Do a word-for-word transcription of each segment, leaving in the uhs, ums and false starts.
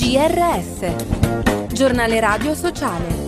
G R S, giornale radio sociale.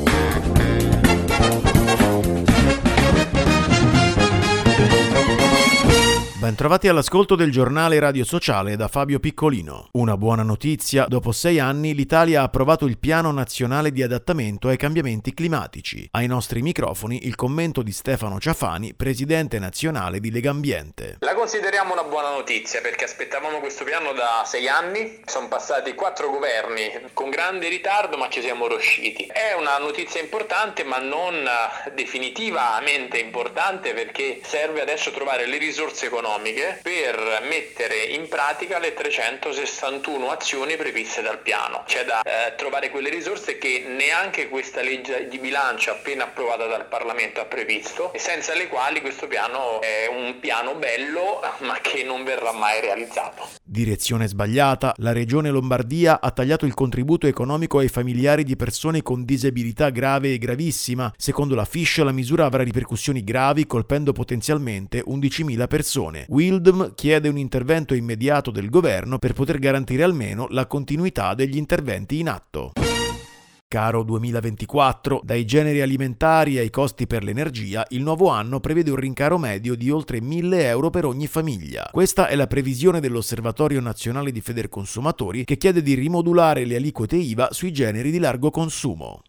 Bentrovati all'ascolto del giornale radio sociale da Fabio Piccolino. Una buona notizia: dopo sei anni l'Italia ha approvato il Piano Nazionale di Adattamento ai Cambiamenti Climatici. Ai nostri microfoni il commento di Stefano Ciafani, presidente nazionale di Legambiente. La consideriamo una buona notizia perché aspettavamo questo piano da sei anni, sono passati quattro governi con grande ritardo ma ci siamo riusciti. È una notizia importante ma non definitivamente importante perché serve adesso trovare le risorse economiche per mettere in pratica le trecentosessantuno azioni previste dal piano. C'è da eh, trovare quelle risorse che neanche questa legge di bilancio appena approvata dal Parlamento ha previsto e senza le quali questo piano è un piano bello ma che non verrà mai realizzato. Direzione sbagliata. La Regione Lombardia ha tagliato il contributo economico ai familiari di persone con disabilità grave e gravissima. Secondo la Fish la misura avrà ripercussioni gravi colpendo potenzialmente undicimila persone. Wildm chiede un intervento immediato del governo per poter garantire almeno la continuità degli interventi in atto. Caro duemilaventiquattro, dai generi alimentari ai costi per l'energia, il nuovo anno prevede un rincaro medio di oltre mille euro per ogni famiglia. Questa è la previsione dell'Osservatorio Nazionale di Federconsumatori che chiede di rimodulare le aliquote I V A sui generi di largo consumo.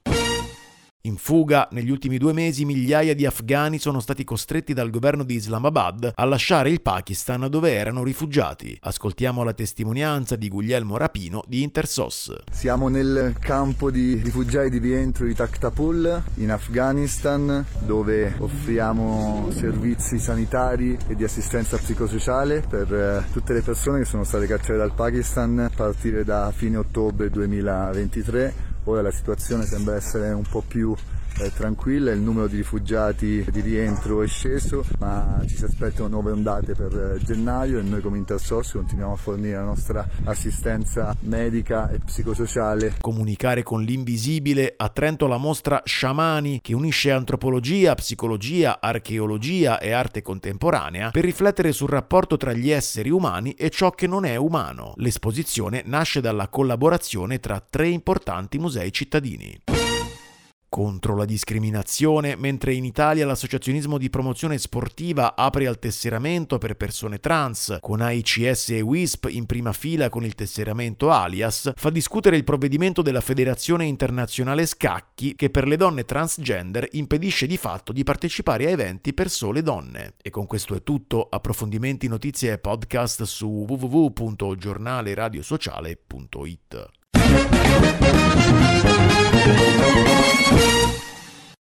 In fuga, negli ultimi due mesi migliaia di afghani sono stati costretti dal governo di Islamabad a lasciare il Pakistan dove erano rifugiati. Ascoltiamo la testimonianza di Guglielmo Rapino di Intersos. Siamo nel campo di rifugiati di rientro di Taktapul in Afghanistan, dove offriamo servizi sanitari e di assistenza psicosociale per tutte le persone che sono state cacciate dal Pakistan a partire da fine ottobre duemilaventitré. Ora la situazione sembra essere un po' più eh, tranquilla, il numero di rifugiati di rientro è sceso, ma ci si aspettano nuove ondate per eh, gennaio e noi come Intersos continuiamo a fornire la nostra assistenza medica e psicosociale. Comunicare con l'invisibile. A Trento la mostra Sciamani, che unisce antropologia, psicologia, archeologia e arte contemporanea per riflettere sul rapporto tra gli esseri umani e ciò che non è umano. L'esposizione nasce dalla collaborazione tra tre importanti musei cittadini. Contro la discriminazione. Mentre in Italia l'associazionismo di promozione sportiva apre al tesseramento per persone trans, con A I C S e W I S P in prima fila con il tesseramento alias, fa discutere il provvedimento della Federazione Internazionale Scacchi che per le donne transgender impedisce di fatto di partecipare a eventi per sole donne. E con questo è tutto. Approfondimenti, notizie e podcast su w w w punto giornale radio sociale punto i t.